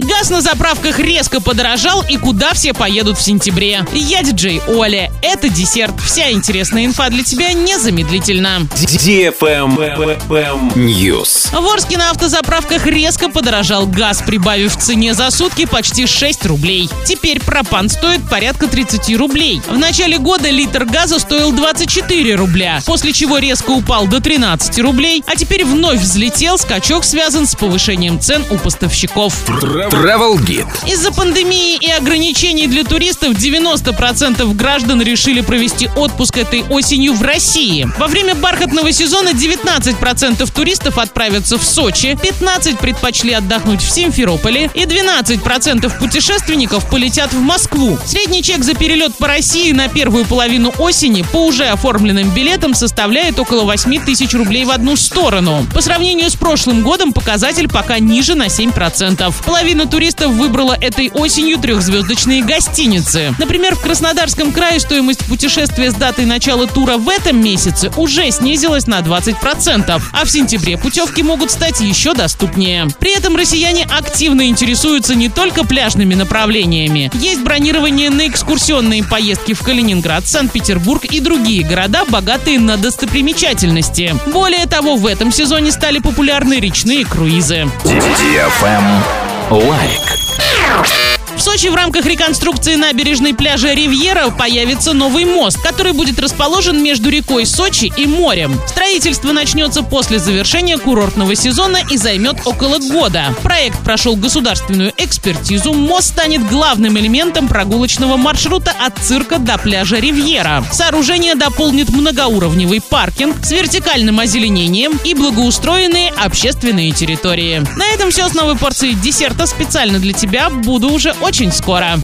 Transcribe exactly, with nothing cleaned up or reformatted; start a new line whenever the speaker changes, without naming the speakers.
Газ на заправках резко подорожал, и куда все поедут в сентябре? Я диджей Оля. Это десерт. Вся интересная инфа для тебя незамедлительно.
News.
В Орске на автозаправках резко подорожал газ, прибавив в цене за сутки почти шесть рублей. Теперь пропан стоит порядка тридцать рублей. В начале года литр газа стоил двадцать четыре рубля, после чего резко упал до тринадцати рублей, а теперь вновь взлетел. Скачок связан с повышением цен у поставщиков.
Travel Guide.
Из-за пандемии и ограничений для туристов девяносто процентов граждан решили провести отпуск этой осенью в России. Во время бархатного сезона девятнадцать процентов туристов отправятся в Сочи, пятнадцать процентов предпочли отдохнуть в Симферополе и двенадцать процентов путешественников полетят в Москву. Средний чек за перелет по России на первую половину осени по уже оформленным билетам составляет около восемь тысяч рублей в одну сторону. По сравнению с прошлым годом показатель пока ниже на семь процентов. Половина туристов выбрала этой осенью трехзвездочные гостиницы. Например, в Краснодарском крае стоимость путешествия с датой начала тура в этом месяце уже снизилась на двадцать процентов, а в сентябре путевки могут стать еще доступнее. При этом россияне активно интересуются не только пляжными направлениями. Есть бронирование на экскурсионные поездки в Калининград, Санкт-Петербург и другие города, богатые на достопримечательности. Более того, в этом сезоне стали популярны речные круизы.
Лайк.
В Сочи в рамках реконструкции набережной пляжа Ривьера появится новый мост, который будет расположен между рекой Сочи и морем. Строительство начнется после завершения курортного сезона и займет около года. Проект прошел государственную экспертизу. Мост станет главным элементом прогулочного маршрута от цирка до пляжа Ривьера. Сооружение дополнит многоуровневый паркинг с вертикальным озеленением и благоустроенные общественные территории. На этом все с новой порцией десерта специально для тебя. Буду уже очень скоро.